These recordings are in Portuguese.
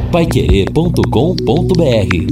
paiquerê.com.br.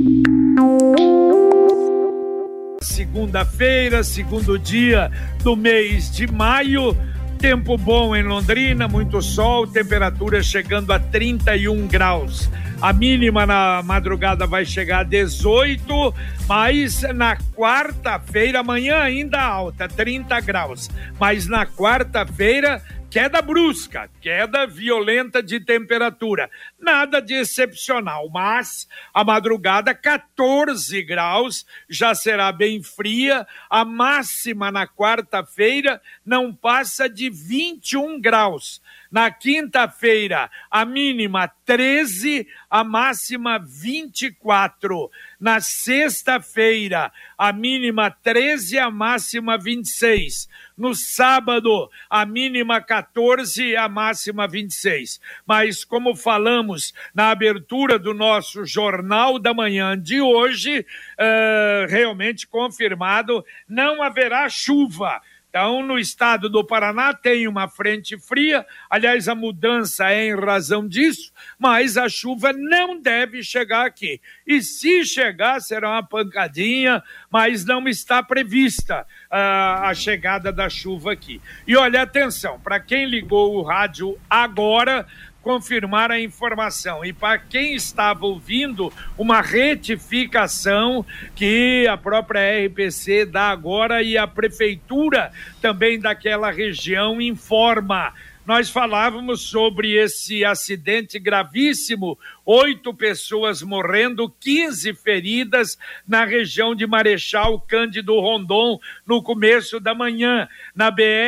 Segunda-feira, segundo dia do mês de maio, tempo bom em Londrina, muito sol, temperatura chegando a 31 graus. A mínima na madrugada vai chegar a 18, mas na quarta-feira, amanhã ainda alta, 30 graus. Mas na quarta-feira, queda brusca, queda violenta de temperatura. Nada de excepcional, mas a madrugada 14 graus, já será bem fria. A máxima na quarta-feira não passa de 21 graus. Na quinta-feira, a mínima 13, a máxima 24. Na sexta-feira, a mínima 13, a máxima 26. No sábado, a mínima 14, a máxima 26. Mas como falamos na abertura do nosso Jornal da Manhã de hoje, realmente confirmado, não haverá chuva. Então, no estado do Paraná tem uma frente fria, aliás, a mudança é em razão disso, mas a chuva não deve chegar aqui. E se chegar, será uma pancadinha, mas não está prevista a chegada da chuva aqui. E olha, atenção, para quem ligou o rádio agora, confirmar a informação. E para quem estava ouvindo, uma retificação que a própria RPC dá agora e a prefeitura também daquela região informa. Nós falávamos sobre esse acidente gravíssimo, 8 pessoas morrendo, 15 feridas na região de Marechal Cândido Rondon, no começo da manhã, na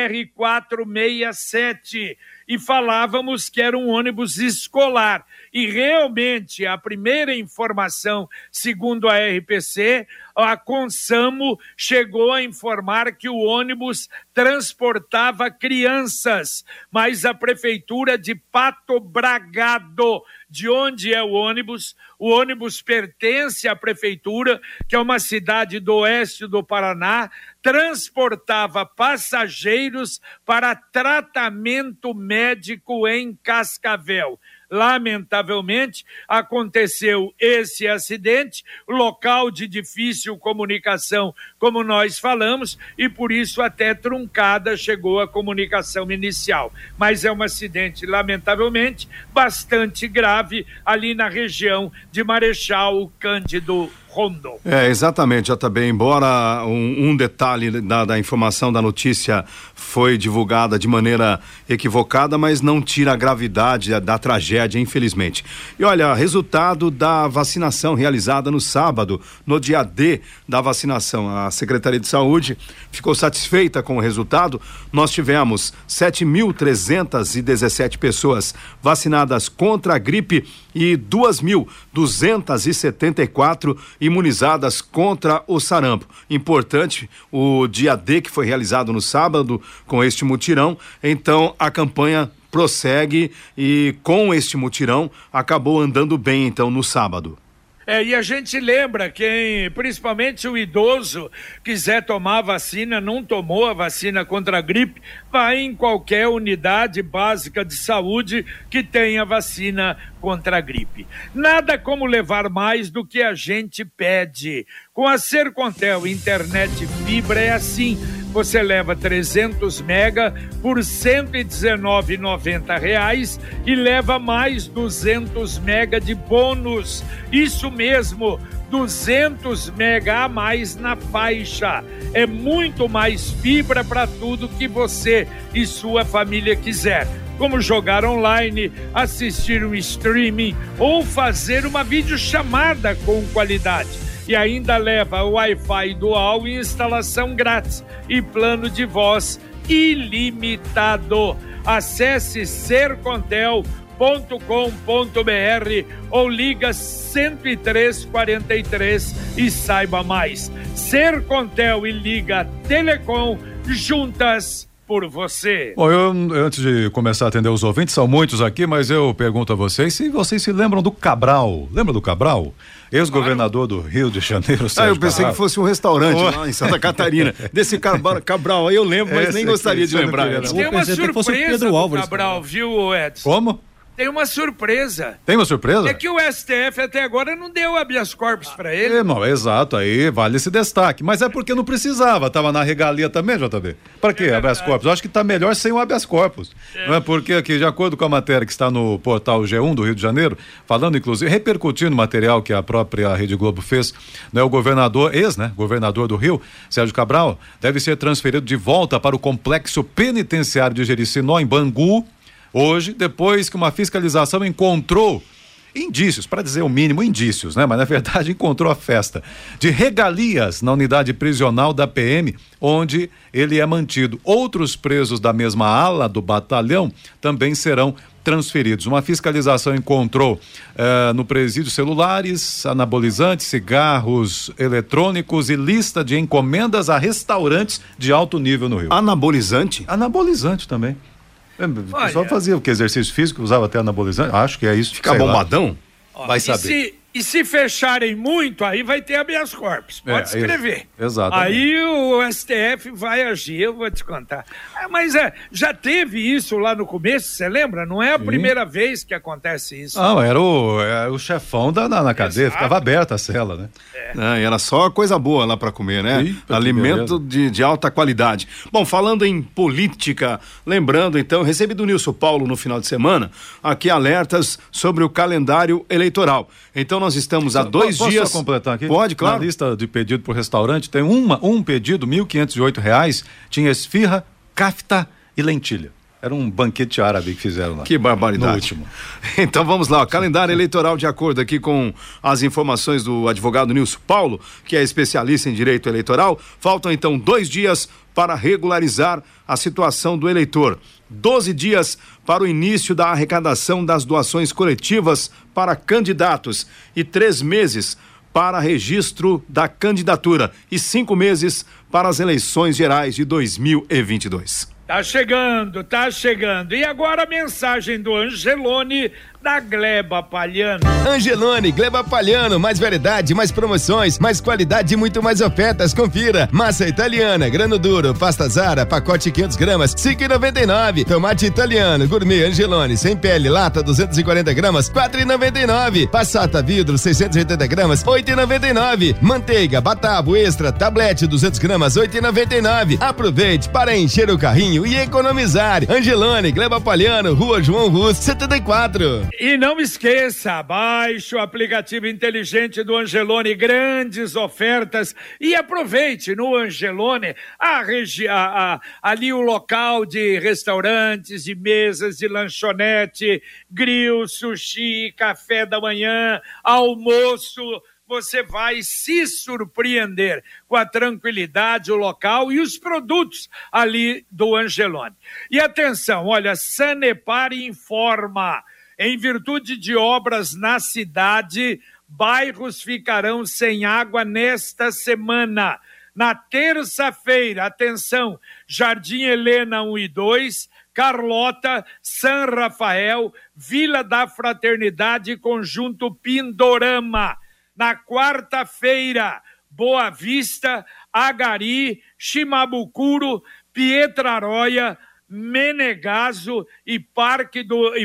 BR-467. E falávamos que era um ônibus escolar. E realmente, a primeira informação, segundo a RPC, a Consamo chegou a informar que o ônibus transportava crianças, mas a prefeitura de Pato Bragado, de onde é o ônibus pertence à prefeitura, que é uma cidade do oeste do Paraná, transportava passageiros para tratamento médico em Cascavel. Lamentavelmente, aconteceu esse acidente, local de difícil comunicação, como nós falamos, e por isso até truncada chegou a comunicação inicial. Mas é um acidente, lamentavelmente, bastante grave ali na região de Marechal Cândido Rondon. Exatamente, JB, embora um detalhe da informação da notícia foi divulgada de maneira equivocada, mas não tira a gravidade da tragédia, infelizmente. E olha, resultado da vacinação realizada no sábado, no dia D da vacinação, a Secretaria de Saúde ficou satisfeita com o resultado. Nós tivemos 7.317 pessoas vacinadas contra a gripe e 2.274 imunizadas contra o sarampo. Importante o dia D que foi realizado no sábado com este mutirão. Então a campanha prossegue e com este mutirão acabou andando bem então no sábado. E a gente lembra quem, principalmente o idoso, quiser tomar a vacina, não tomou a vacina contra a gripe, vai em qualquer unidade básica de saúde que tenha vacina contra a gripe. Nada como levar mais do que a gente pede. Com a Sercontel internet fibra é assim. Você leva 300 mega por R$ 119,90 e leva mais 200 mega de bônus. Isso mesmo, 200 mega a mais na faixa. É muito mais fibra para tudo que você e sua família quiser, como jogar online, assistir um streaming ou fazer uma videochamada com qualidade. E ainda leva Wi-Fi dual e instalação grátis e plano de voz ilimitado. Acesse sercontel.com.br ou liga 10343 e saiba mais. Sercontel e Liga Telecom, juntas por você. Bom, eu antes de começar a atender os ouvintes, são muitos aqui, mas eu pergunto a vocês se vocês se lembram do Cabral. Lembra do Cabral? Ex-governador do Rio de Janeiro, Sérgio eu pensei Cabral. Que fosse um restaurante lá em Santa Catarina. Desse Cabral aí eu lembro, mas nem gostaria de lembrar. Tem uma surpresa do Cabral, viu, Edson? Como? Tem uma surpresa. Tem uma surpresa? É que o STF até agora não deu habeas corpus pra ele. Não, exato, aí vale esse destaque. Mas é porque não precisava, tava na regalia também, JB. Para quê habeas corpus? Eu acho que tá melhor sem o habeas corpus. Não é porque aqui, de acordo com a matéria que está no portal G1 do Rio de Janeiro, falando inclusive, repercutindo o material que a própria Rede Globo fez, né, o governador, governador do Rio, Sérgio Cabral, deve ser transferido de volta para o complexo penitenciário de Jericinó, em Bangu, hoje, depois que uma fiscalização encontrou indícios, para dizer o mínimo, indícios, né? Mas na verdade encontrou a festa de regalias na unidade prisional da PM, onde ele é mantido. Outros presos da mesma ala do batalhão também serão transferidos. Uma fiscalização encontrou no presídio celulares, anabolizantes, cigarros eletrônicos e lista de encomendas a restaurantes de alto nível no Rio. Anabolizante? Anabolizante também. O pessoal fazia o que? Exercício físico, usava até anabolizante? Acho que é isso. Fica bombadão? Vai saber. E se fecharem muito, aí vai ter habeas corpus. Pode escrever. Exato. Aí o STF vai agir, eu vou te contar. Mas já teve isso lá no começo, você lembra? Não é a primeira vez que acontece isso. Não, era o chefão na cadeia, ficava aberta a cela, né? Era só coisa boa lá para comer, né? Eita, alimento de alta qualidade. Bom, falando em política, lembrando então, recebi do Nilson Paulo no final de semana, aqui alertas sobre o calendário eleitoral. Então nós estamos há 2 dias. Posso só completar aqui? Pode, claro. Na lista de pedido por restaurante tem um pedido, R$1.508, tinha esfirra, kafta e lentilha. Era um banquete árabe que fizeram lá. Que barbaridade. No último. Então vamos lá, o calendário eleitoral, de acordo aqui com as informações do advogado Nilson Paulo, que é especialista em direito eleitoral, faltam então 2 dias para regularizar a situação do eleitor. 12 dias para o início da arrecadação das doações coletivas para candidatos e 3 meses para registro da candidatura e 5 meses para as eleições gerais de 2022. Tá chegando. E agora a mensagem do Angelone da Gleba Palhano. Angelone, Gleba Palhano, mais variedade, mais promoções, mais qualidade e muito mais ofertas. Confira. Massa italiana, grano duro, pasta Zara, pacote 500 gramas, R$5,99. Tomate italiano, gourmet Angelone, sem pele, lata 240 gramas, R$4,99. Passata vidro, 680 gramas, R$8,99. Manteiga, batavo extra, tablete 200 gramas, R$8,99. Aproveite para encher o carrinho e economizar. Angelone, Gleba Palhano, Rua João Rus, 74. E não esqueça, baixe o aplicativo inteligente do Angelone, grandes ofertas, e aproveite no Angelone ali o local de restaurantes, de mesas, de lanchonete, grill, sushi, café da manhã, almoço. Você vai se surpreender com a tranquilidade, o local e os produtos ali do Angelone. E atenção, olha, Sanepar informa, em virtude de obras na cidade, bairros ficarão sem água nesta semana. Na terça-feira, atenção, Jardim Helena 1 e 2, Carlota, São Rafael, Vila da Fraternidade e Conjunto Pindorama. Na quarta-feira, Boa Vista, Agari, Chimabucuro, Pietraróia, Menegaso e parte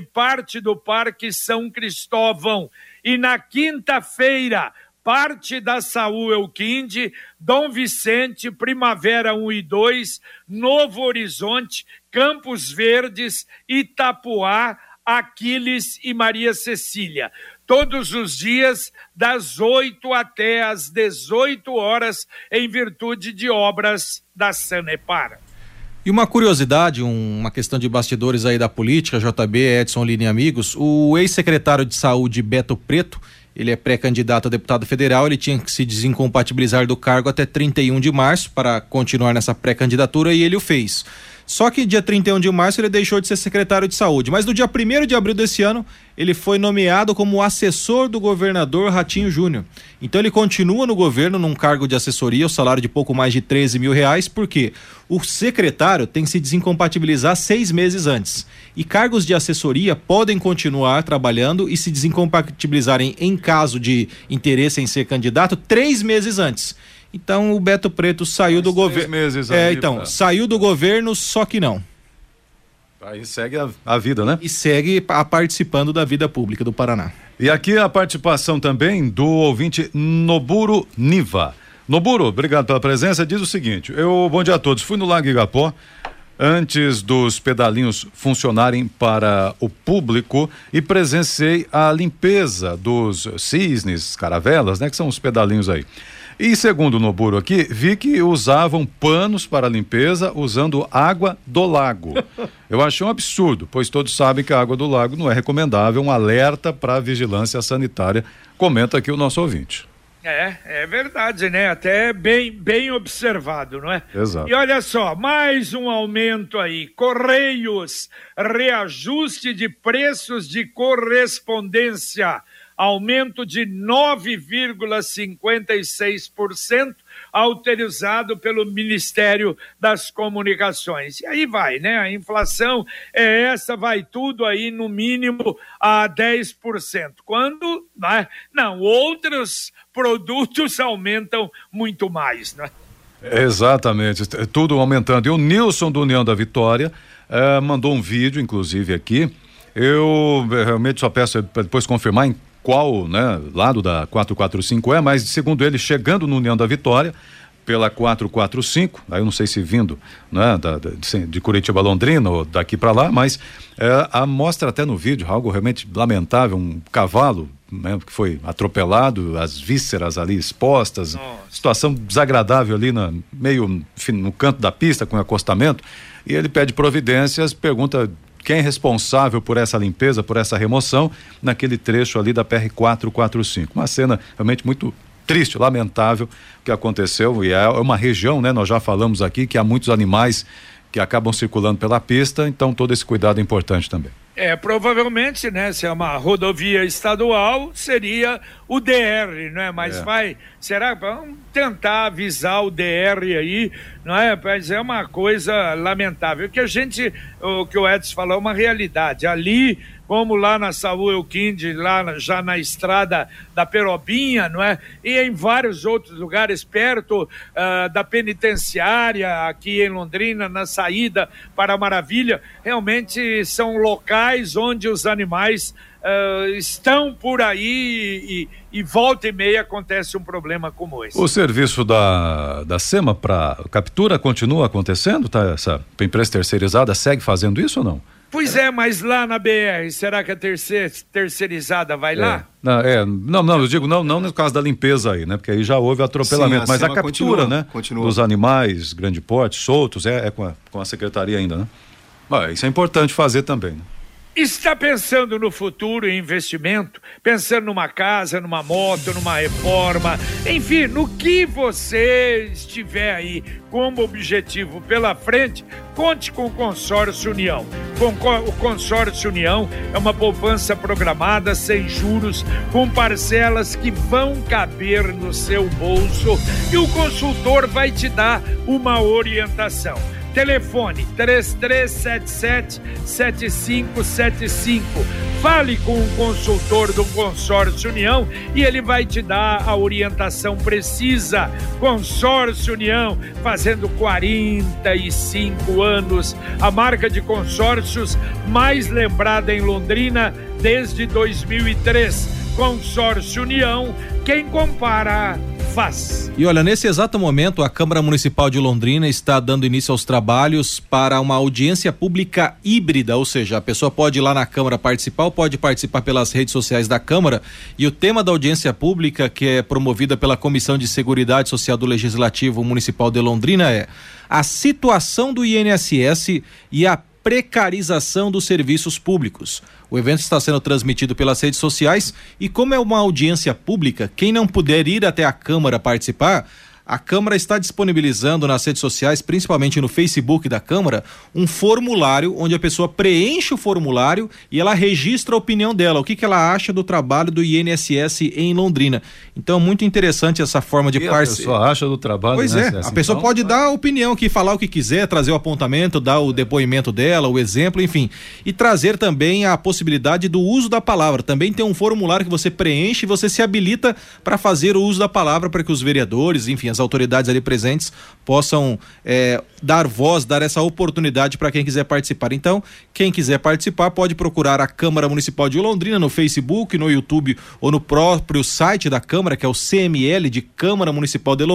do Parque São Cristóvão. E na quinta-feira, parte da Saúl Elquinde, Dom Vicente, Primavera 1 e 2, Novo Horizonte, Campos Verdes, Itapuá, Aquiles e Maria Cecília. Todos os dias, das 8 até as 18 horas, em virtude de obras da Sanepar. E uma curiosidade, uma questão de bastidores aí da política, JB, Edson, Lini e amigos, o ex-secretário de Saúde, Beto Preto, ele é pré-candidato a deputado federal, ele tinha que se desincompatibilizar do cargo até 31 de março para continuar nessa pré-candidatura e ele o fez. Só que dia 31 de março ele deixou de ser secretário de saúde, mas no dia 1º de abril desse ano ele foi nomeado como assessor do governador Ratinho Júnior. Então ele continua no governo num cargo de assessoria, o salário de pouco mais de R$13 mil, porque o secretário tem que se desincompatibilizar 6 meses antes. E cargos de assessoria podem continuar trabalhando e se desincompatibilizarem em caso de interesse em ser candidato 3 meses antes. Então o Beto Preto saiu do governo. Meses então, saiu do governo, só que não. Aí segue a vida, né? E segue participando da vida pública do Paraná. E aqui a participação também do ouvinte Noburo Niva. Noburo, obrigado pela presença. Diz o seguinte: bom dia a todos. Fui no Lago Igapó antes dos pedalinhos funcionarem para o público e presenciei a limpeza dos cisnes, caravelas, né? Que são os pedalinhos aí. E segundo o Noburo aqui, vi que usavam panos para limpeza usando água do lago. Eu achei um absurdo, pois todos sabem que a água do lago não é recomendável, um alerta para a vigilância sanitária, comenta aqui o nosso ouvinte. É verdade, né? Até bem observado, não é? Exato. E olha só, mais um aumento aí. Correios, reajuste de preços de correspondência. Aumento de 9,56%, autorizado pelo Ministério das Comunicações. E aí vai, né? A inflação é essa, vai tudo aí no mínimo a 10%. Quando, né? Não, outros produtos aumentam muito mais, né? Exatamente, tudo aumentando. E o Nilson do União da Vitória mandou um vídeo, inclusive aqui. Eu realmente só peço para depois confirmar em qual, né, lado da 445 mas segundo ele, chegando no União da Vitória pela 445, aí eu não sei se vindo, né, de Curitiba a Londrina ou daqui para lá, mas mostra até no vídeo algo realmente lamentável, um cavalo, né, que foi atropelado, as vísceras ali expostas. Nossa. Situação desagradável ali meio no canto da pista com acostamento, e ele pede providências, pergunta quem é responsável por essa limpeza, por essa remoção naquele trecho ali da PR 445. Uma cena realmente muito triste, lamentável que aconteceu, e é uma região, né? Nós já falamos aqui que há muitos animais que acabam circulando pela pista, então todo esse cuidado é importante também. Provavelmente, né, se é uma rodovia estadual, seria o DR, não é? Mas será que vamos tentar avisar o DR aí, não é? Mas é uma coisa lamentável, o que o Edson falou é uma realidade, ali, como lá na Saúl Elquinde, lá já na estrada da Perobinha, não é? E em vários outros lugares, perto da penitenciária, aqui em Londrina, na saída para Maravilha, realmente são locais onde os animais estão por aí e volta e meia acontece um problema como esse. O serviço da SEMA para captura continua acontecendo? Tá? Essa empresa terceirizada segue fazendo isso ou não? Pois é, mas lá na BR, será que a terceirizada vai lá? Não, eu digo não no caso da limpeza aí, né? Porque aí já houve atropelamento, mas a captura, né? Continua. Dos animais grande porte, soltos, com a secretaria ainda, né? Isso é importante fazer também, né? Está pensando no futuro em investimento, pensando numa casa, numa moto, numa reforma, enfim, no que você estiver aí como objetivo pela frente, conte com o Consórcio União. O Consórcio União é uma poupança programada, sem juros, com parcelas que vão caber no seu bolso, e o consultor vai te dar uma orientação. Telefone 3377-7575. Fale com o consultor do Consórcio União e ele vai te dar a orientação precisa. Consórcio União, fazendo 45 anos. A marca de consórcios mais lembrada em Londrina desde 2003. Consórcio União, quem compara faz. E olha, nesse exato momento a Câmara Municipal de Londrina está dando início aos trabalhos para uma audiência pública híbrida, ou seja, a pessoa pode ir lá na Câmara participar ou pode participar pelas redes sociais da Câmara, e o tema da audiência pública, que é promovida pela Comissão de Seguridade Social do Legislativo Municipal de Londrina, é a situação do INSS e a precarização dos serviços públicos. O evento está sendo transmitido pelas redes sociais e, como é uma audiência pública, quem não puder ir até a Câmara participar, a Câmara está disponibilizando nas redes sociais, principalmente no Facebook da Câmara, um formulário onde a pessoa preenche o formulário e ela registra a opinião dela, o que ela acha do trabalho do INSS em Londrina. Então, muito interessante essa forma de participar. A pessoa acha do trabalho do INSS. A pessoa pode dar a opinião, falar o que quiser, trazer o apontamento, dar o depoimento dela, o exemplo, enfim. E trazer também a possibilidade do uso da palavra. Também tem um formulário que você preenche e você se habilita para fazer o uso da palavra para que os vereadores, enfim, as autoridades ali presentes possam dar voz, dar essa oportunidade para quem quiser participar. Então, quem quiser participar pode procurar a Câmara Municipal de Londrina no Facebook, no YouTube ou no próprio site da Câmara, que é o CML de Câmara Municipal de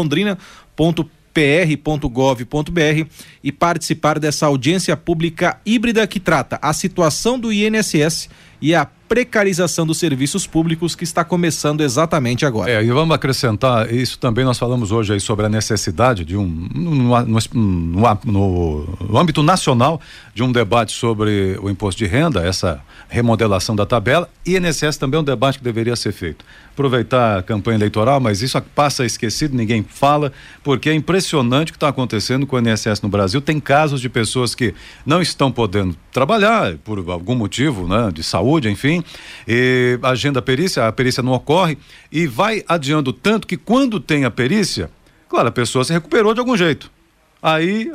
Londrina.pr.gov.br, e participar dessa audiência pública híbrida que trata a situação do INSS e a precarização dos serviços públicos, que está começando exatamente agora. E vamos acrescentar isso também. Nós falamos hoje aí sobre a necessidade de no âmbito nacional, de um debate sobre o imposto de renda, essa remodelação da tabela. E INSS também é um debate que deveria ser feito. Aproveitar a campanha eleitoral, mas isso passa esquecido, ninguém fala, porque é impressionante o que está acontecendo com o INSS no Brasil. Tem casos de pessoas que não estão podendo trabalhar por algum motivo, né, de saúde, enfim, e agenda a perícia não ocorre e vai adiando tanto que quando tem a perícia, claro, a pessoa se recuperou de algum jeito. Aí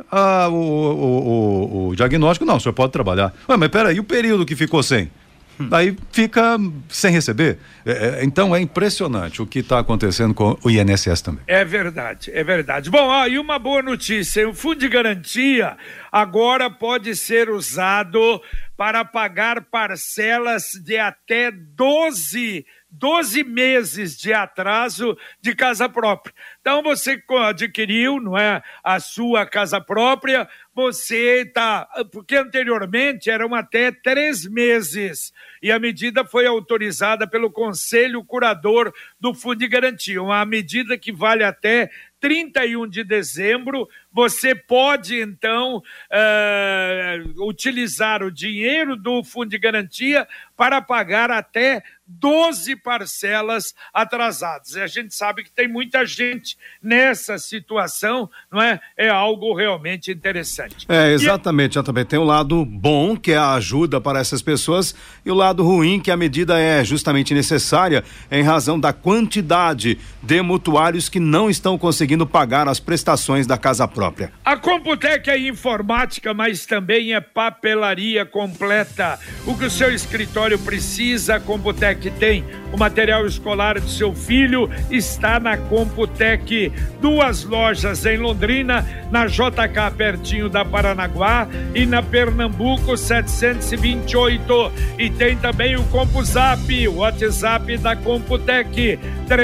o diagnóstico, não, o senhor pode trabalhar. Mas peraí, o período que ficou sem? Aí fica sem receber. Então é impressionante o que está acontecendo com o INSS também. É verdade, é verdade. Bom, e uma boa notícia: o Fundo de Garantia agora pode ser usado para pagar parcelas de até 12 meses de atraso de casa própria. Então você adquiriu, não é, a sua casa própria, você porque anteriormente eram até 3 meses e a medida foi autorizada pelo Conselho Curador do Fundo de Garantia, uma medida que vale até 31 de dezembro. Você pode, então, utilizar o dinheiro do Fundo de Garantia para pagar até 12 parcelas atrasadas. E a gente sabe que tem muita gente nessa situação, não é? É algo realmente interessante. Exatamente, já também tem o lado bom, que é a ajuda para essas pessoas, e o lado ruim, que a medida é justamente necessária em razão da quantidade de mutuários que não estão conseguindo pagar as prestações da casa própria. A Computec é informática, mas também é papelaria completa. O que o seu escritório precisa, a Computec tem. O material escolar do seu filho está na Computec. 2 lojas em Londrina, na JK pertinho da Paranaguá e na Pernambuco 728. E tem também o CompuZap, o WhatsApp da Computec,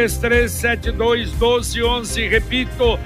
3372-1211, repito,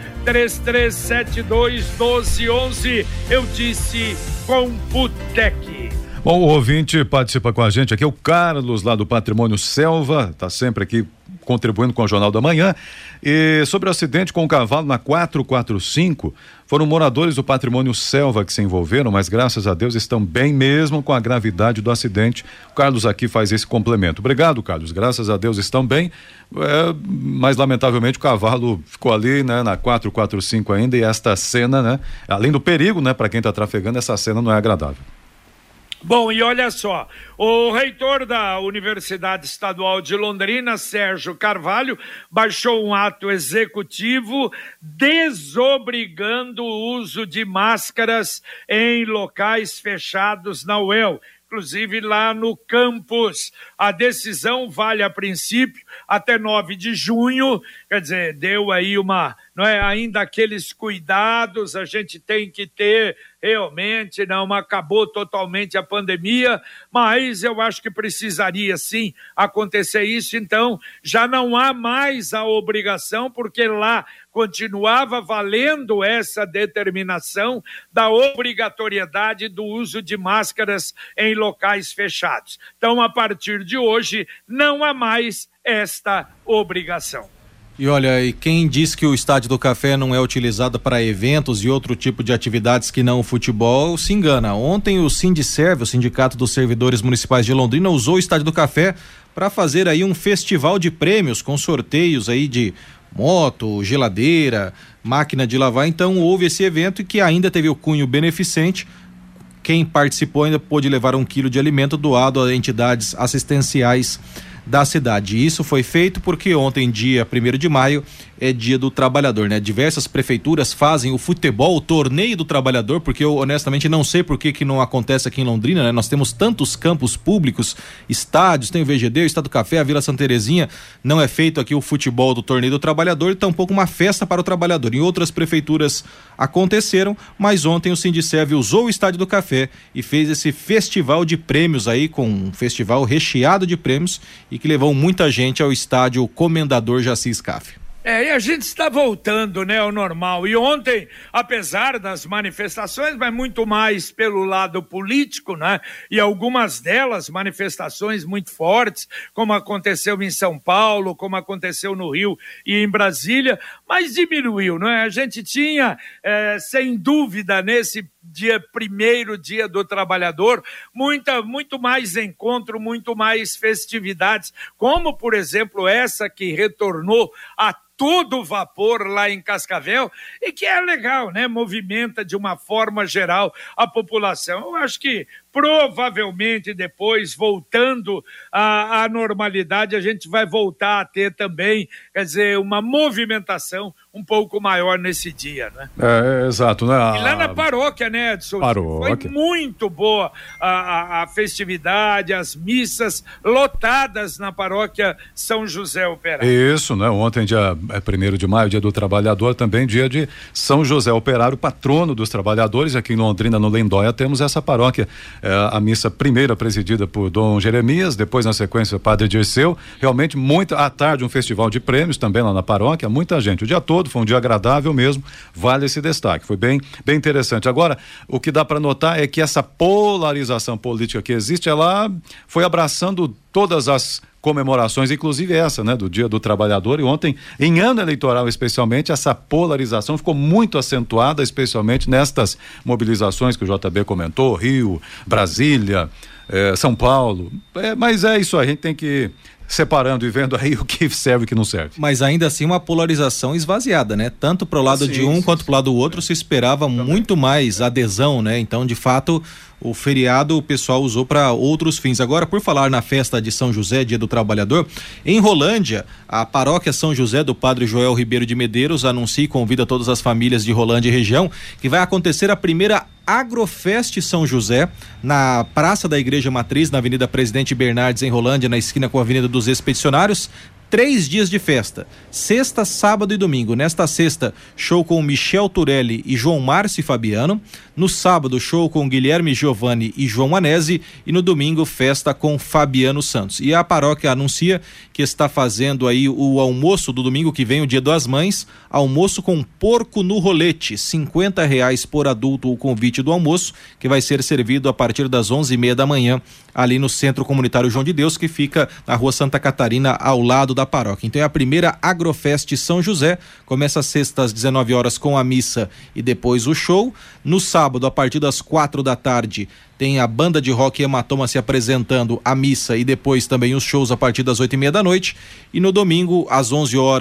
3372-1211. Eu disse Computec. Bom, o ouvinte participa com a gente aqui, o Carlos, lá do Patrimônio Selva, está sempre aqui contribuindo com o Jornal da Manhã. E sobre o acidente com o cavalo na 445, foram moradores do Patrimônio Selva que se envolveram, mas graças a Deus estão bem mesmo com a gravidade do acidente. O Carlos aqui faz esse complemento. Obrigado, Carlos, graças a Deus estão bem, mas lamentavelmente o cavalo ficou ali, né, na 445 ainda, e esta cena, né, além do perigo, né, para quem está trafegando, essa cena não é agradável. Bom, e olha só, o reitor da Universidade Estadual de Londrina, Sérgio Carvalho, baixou um ato executivo desobrigando o uso de máscaras em locais fechados na UEL, inclusive lá no campus. A decisão vale a princípio até 9 de junho, quer dizer, deu aí não é, ainda aqueles cuidados, a gente tem que ter realmente, não acabou totalmente a pandemia, mas eu acho que precisaria sim acontecer isso. Então já não há mais a obrigação, porque lá continuava valendo essa determinação da obrigatoriedade do uso de máscaras em locais fechados. Então, a partir de hoje, não há mais esta obrigação. E olha, e quem diz que o Estádio do Café não é utilizado para eventos e outro tipo de atividades que não o futebol, se engana. Ontem o Sindiserve, o Sindicato dos Servidores Municipais de Londrina, usou o Estádio do Café para fazer aí um festival de prêmios com sorteios aí de moto, geladeira, máquina de lavar. Então houve esse evento que ainda teve o cunho beneficente. Quem participou ainda pôde levar 1 quilo de alimento doado a entidades assistenciais da cidade. E isso foi feito porque ontem, dia 1º de maio, é dia do trabalhador, né? Diversas prefeituras fazem o futebol, o torneio do trabalhador, porque eu honestamente não sei por que não acontece aqui em Londrina, né? Nós temos tantos campos públicos, estádios, tem o VGD, o Estado do Café, a Vila Santa Terezinha, não é feito aqui o futebol do torneio do trabalhador e tampouco uma festa para o trabalhador. Em outras prefeituras aconteceram, mas ontem o Sindiserv usou o Estádio do Café e fez esse festival de prêmios aí, com um festival recheado de prêmios e que levou muita gente ao estádio Comendador Jaci Scaff. E a gente está voltando, né, ao normal. E ontem, apesar das manifestações, mas muito mais pelo lado político, né, e algumas delas manifestações muito fortes, como aconteceu em São Paulo, como aconteceu no Rio e em Brasília, mas diminuiu, não é? A gente tinha, sem dúvida, nesse dia 1º, dia do trabalhador, muito mais encontro, muito mais festividades, como, por exemplo, essa que retornou a todo vapor lá em Cascavel e que é legal, né? Movimenta de uma forma geral a população. Eu acho que provavelmente depois, voltando à normalidade, a gente vai voltar a ter também, quer dizer, uma movimentação um pouco maior nesse dia, né? Exato, né? E lá na paróquia, né, Edson? Paróquia. Foi muito boa a festividade, as missas lotadas na paróquia São José Operário. Isso, né? Ontem, dia 1º de maio, dia do trabalhador, também dia de São José Operário, patrono dos trabalhadores. Aqui em Londrina, no Lendóia, temos essa paróquia. A missa primeira presidida por Dom Jeremias, depois na sequência Padre Dirceu, realmente à tarde um festival de prêmios também lá na paróquia, muita gente, o dia todo foi um dia agradável mesmo, vale esse destaque, foi bem interessante. Agora, o que dá para notar é que essa polarização política que existe, ela foi abraçando todas as comemorações, inclusive essa, né, do Dia do Trabalhador, e ontem, em ano eleitoral especialmente, essa polarização ficou muito acentuada, especialmente nestas mobilizações que o JB comentou, Rio, Brasília, São Paulo, mas é isso aí, a gente tem que ir separando e vendo aí o que serve e o que não serve. Mas ainda assim uma polarização esvaziada, né? Tanto pro lado de um quanto pro lado do outro se esperava muito mais adesão, né? Então, de fato, o feriado o pessoal usou para outros fins. Agora, por falar na festa de São José, Dia do Trabalhador, em Rolândia, a paróquia São José do Padre Joel Ribeiro de Medeiros anuncia e convida todas as famílias de Rolândia e região que vai acontecer a primeira Agrofest São José na Praça da Igreja Matriz, na Avenida Presidente Bernardes, em Rolândia, na esquina com a Avenida dos Expedicionários. 3 dias de festa, sexta, sábado e domingo. Nesta sexta, show com Michel Turelli e João Márcio Fabiano. No sábado, show com Guilherme Giovanni e João Anese. E no domingo, festa com Fabiano Santos. E a paróquia anuncia que está fazendo aí o almoço do domingo que vem, o Dia das Mães, almoço com porco no rolete, R$50 por adulto o convite do almoço, que vai ser servido a partir das 11h30 da manhã, ali no Centro Comunitário João de Deus, que fica na Rua Santa Catarina, ao lado da paróquia. Então é a primeira Agrofest São José, começa sexta às 19 horas com a missa e depois o show. No sábado, a partir das 4 da tarde, tem a banda de rock Hematoma se apresentando, a missa e depois também os shows a partir das 8h30 da noite. E no domingo, às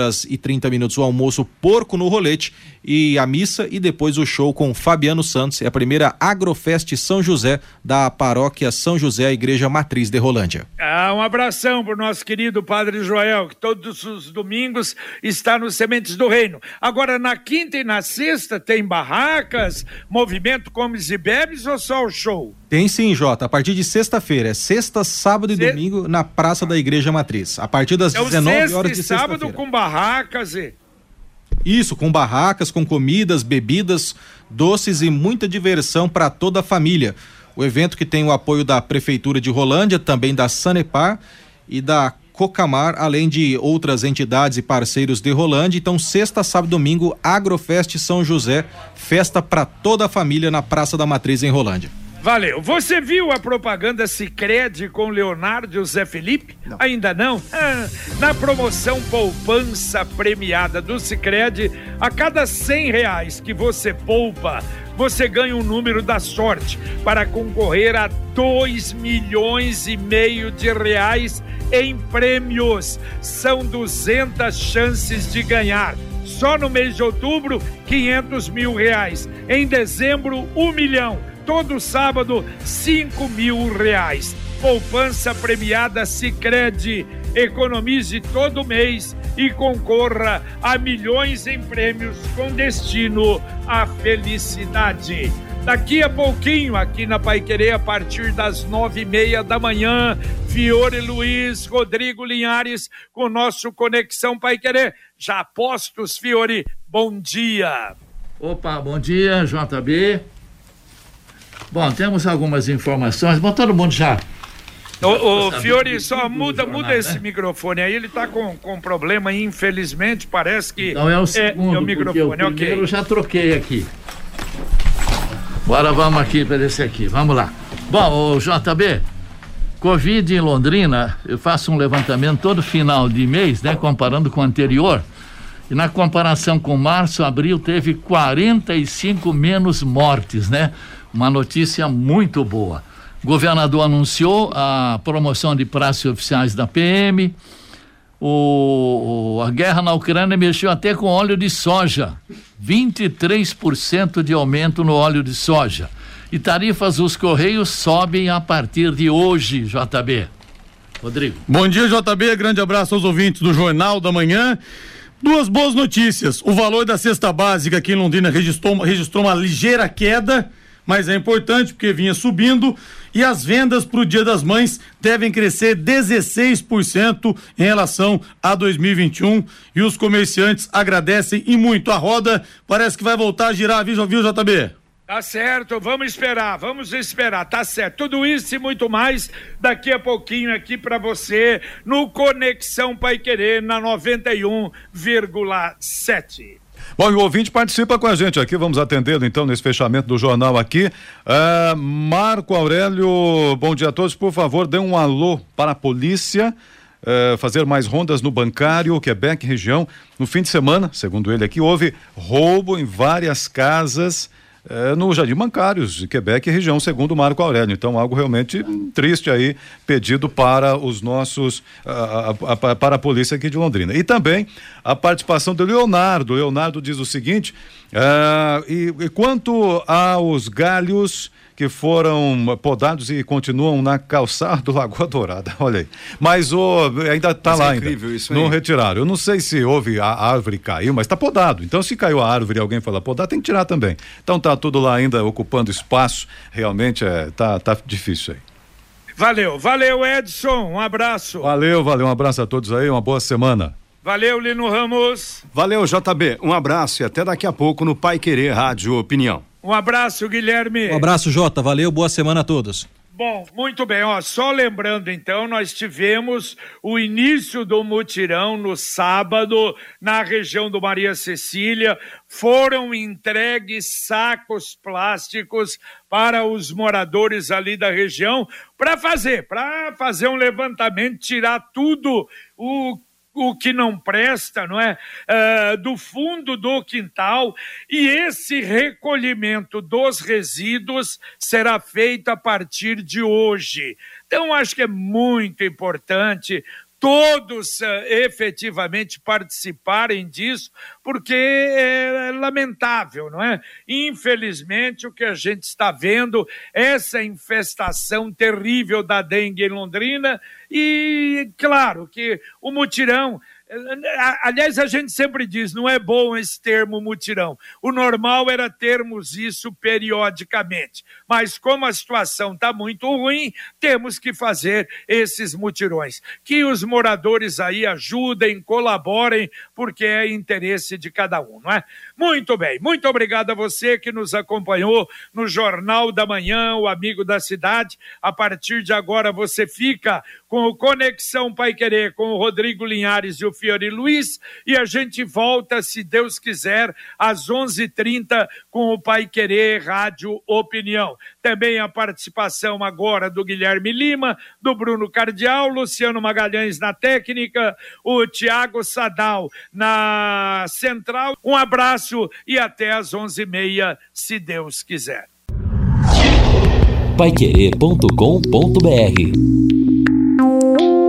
11h30, o almoço porco no rolete e a missa e depois o show com Fabiano Santos. É a primeira Agrofest São José da paróquia São José, a Igreja Matriz de Rolândia. Um abração pro nosso querido Padre Joel, que todos os domingos está nos Sementes do Reino. Agora, na quinta e na sexta, tem barracas, movimento comes e bebes ou só o show? Tem sim, Jota, a partir de sexta-feira, é sexta, sábado e domingo na Praça da Igreja Matriz, a partir das 19 horas de sexta-feira. Sábado com barracas e... Isso, com barracas, com comidas, bebidas, doces e muita diversão para toda a família. O evento que tem o apoio da Prefeitura de Rolândia, também da Sanepar e da Cocamar, além de outras entidades e parceiros de Rolândia. Então, sexta, sábado e domingo, Agrofest São José, festa para toda a família na Praça da Matriz em Rolândia. Valeu. Você viu a propaganda Sicredi com Leonardo e o Zé Felipe? Não. Ainda não? Na promoção Poupança Premiada do Sicredi, a cada R$100 que você poupa, você ganha um número da sorte para concorrer a R$2,5 milhões em prêmios. São 200 chances de ganhar. Só no mês de outubro, R$500 mil. Em dezembro, R$1 milhão. Todo sábado, R$5 mil. poupança premiada Sicredi. Economize todo mês e concorra a milhões em prêmios com destino à felicidade. Daqui a pouquinho, aqui na Paiquerê, a partir das 9:30 da manhã, Fiore Luiz, Rodrigo Linhares, com o nosso Conexão Paiquerê. Já postos, Fiore, bom dia. Opa, bom dia, JB. Bom, temos algumas informações. Bom, todo mundo já... Ô Fiore, só muda esse microfone aí, ele tá com problema, infelizmente, parece que... Então é o segundo, é o microfone, o primeiro eu já troquei aqui. Agora vamos aqui para esse aqui, vamos lá. Bom, o JB, Covid em Londrina, eu faço um levantamento todo final de mês, né, comparando com o anterior, e na comparação com março, abril, teve 45 menos mortes, né? Uma notícia muito boa. O governador anunciou a promoção de praças oficiais da PM. A guerra na Ucrânia mexeu até com óleo de soja. 23% de aumento no óleo de soja. E tarifas dos Correios sobem a partir de hoje, JB. Rodrigo. Bom dia, JB. Grande abraço aos ouvintes do Jornal da Manhã. Duas boas notícias. O valor da cesta básica aqui em Londrina registrou uma ligeira queda, mas é importante porque vinha subindo, e as vendas para o Dia das Mães devem crescer 16% em relação a 2021, e os comerciantes agradecem e muito. A roda parece que vai voltar a girar, viu, JB? Tá certo, vamos esperar, tá certo. Tudo isso e muito mais daqui a pouquinho aqui para você no Conexão Paiquerê na 91,7. Bom, e o ouvinte participa com a gente aqui, vamos atendê-lo então nesse fechamento do jornal aqui. Marco Aurélio, bom dia a todos, por favor, dê um alô para a polícia, fazer mais rondas no bancário, Quebec região. No fim de semana, segundo ele aqui, houve roubo em várias casas no Jardim Bancários de Quebec região, segundo Marco Aurélio. Então, algo realmente triste aí, pedido para os nossos, para a polícia aqui de Londrina. E também a participação do Leonardo. Leonardo diz o seguinte, e quanto aos galhos que foram podados e continuam na calçada do Lagoa Dourada, olha aí. Mas ainda está lá, ainda. Isso aí. Não retiraram. Eu não sei se houve, a árvore caiu, mas está podado. Então, se caiu a árvore e alguém fala podar, tem que tirar também. Então, tá tudo lá ainda ocupando espaço. Realmente, tá difícil aí. Valeu, Edson. Um abraço. Valeu. Um abraço a todos aí. Uma boa semana. Valeu, Lino Ramos. Valeu, JB. Um abraço e até daqui a pouco no Paiquerê Rádio Opinião. Um abraço, Guilherme. Um abraço, Jota. Valeu, boa semana a todos. Bom, muito bem, só lembrando então, nós tivemos o início do mutirão no sábado, na região do Maria Cecília, foram entregues sacos plásticos para os moradores ali da região, para fazer um levantamento, tirar tudo o que não presta, não é? Do fundo do quintal, e esse recolhimento dos resíduos será feito a partir de hoje. Então, acho que é muito importante todos efetivamente participarem disso, porque é lamentável, não é? Infelizmente, o que a gente está vendo, essa infestação terrível da dengue em Londrina, e claro que o mutirão, aliás, a gente sempre diz, não é bom esse termo mutirão, o normal era termos isso periodicamente, mas como a situação está muito ruim, temos que fazer esses mutirões, que os moradores aí ajudem, colaborem, porque é interesse de cada um, não é? Muito bem, muito obrigado a você que nos acompanhou no Jornal da Manhã, o Amigo da Cidade. A partir de agora você fica com o Conexão Paiquerê, com o Rodrigo Linhares e o Fiore Luiz, e a gente volta, se Deus quiser, às 11h30 com o Paiquerê Rádio Opinião. Também a participação agora do Guilherme Lima, do Bruno Cardial, Luciano Magalhães na técnica, o Tiago Sadal na central. Um abraço e até às 11h30, se Deus quiser. Paiquerê.com.br